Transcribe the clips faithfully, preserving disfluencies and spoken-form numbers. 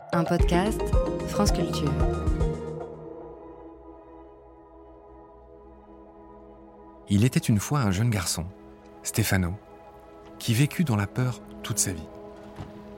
Un podcast France Culture. Il était une fois un jeune garçon, Stefano, qui vécut dans la peur toute sa vie. Pourquoi ?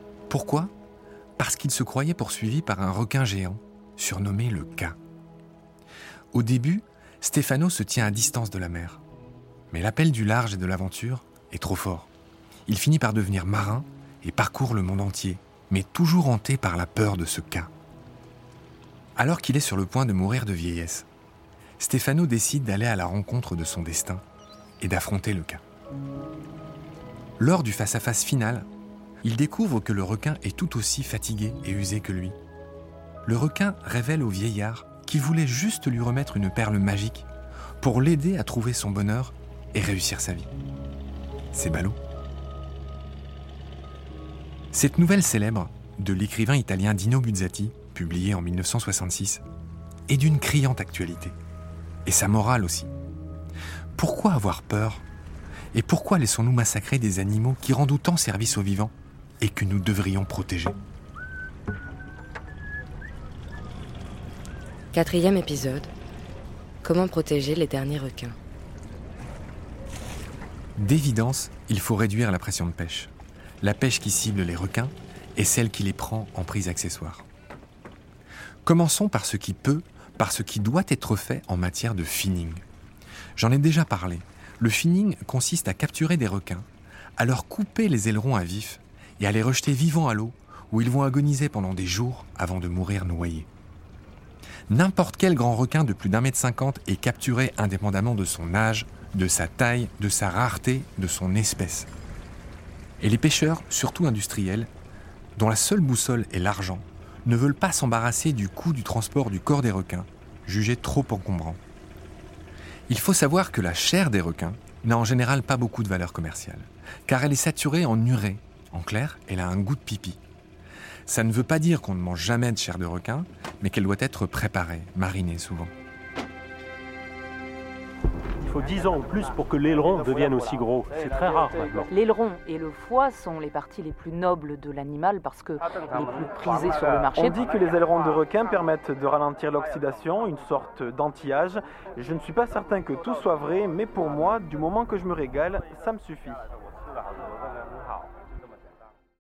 Parce qu'il se croyait poursuivi par un requin géant, surnommé le K. Au début, Stefano se tient à distance de la mer. Mais l'appel du large et de l'aventure est trop fort. Il finit par devenir marin et parcourt le monde entier, mais toujours hanté par la peur de ce K. Alors qu'il est sur le point de mourir de vieillesse, Stefano décide d'aller à la rencontre de son destin et d'affronter le K. Lors du face-à-face final, il découvre que le requin est tout aussi fatigué et usé que lui. Le requin révèle au vieillard qu'il voulait juste lui remettre une perle magique pour l'aider à trouver son bonheur et réussir sa vie. C'est ballot. Cette nouvelle célèbre, de l'écrivain italien Dino Buzzati, publiée en dix-neuf cent soixante-six, est d'une criante actualité. Et sa morale aussi. Pourquoi avoir peur ? Et pourquoi laissons-nous massacrer des animaux qui rendent autant service aux vivants et que nous devrions protéger ? Quatrième épisode. Comment protéger les derniers requins ? D'évidence, il faut réduire la pression de pêche. La pêche qui cible les requins et celle qui les prend en prise accessoire. Commençons par ce qui peut, par ce qui doit être fait en matière de finning. J'en ai déjà parlé. Le finning consiste à capturer des requins, à leur couper les ailerons à vif et à les rejeter vivants à l'eau où ils vont agoniser pendant des jours avant de mourir noyés. N'importe quel grand requin de plus d'un mètre cinquante est capturé indépendamment de son âge, de sa taille, de sa rareté, de son espèce. Et les pêcheurs, surtout industriels, dont la seule boussole est l'argent, ne veulent pas s'embarrasser du coût du transport du corps des requins, jugé trop encombrant. Il faut savoir que la chair des requins n'a en général pas beaucoup de valeur commerciale, car elle est saturée en urée. En clair, elle a un goût de pipi. Ça ne veut pas dire qu'on ne mange jamais de chair de requin, mais qu'elle doit être préparée, marinée souvent. Il faut dix ans ou plus pour que l'aileron devienne aussi gros. C'est très rare maintenant. L'aileron et le foie sont les parties les plus nobles de l'animal parce que les plus prisées sur le marché. On dit que les ailerons de requin permettent de ralentir l'oxydation, une sorte d'anti-âge. Je ne suis pas certain que tout soit vrai, mais pour moi, du moment que je me régale, ça me suffit.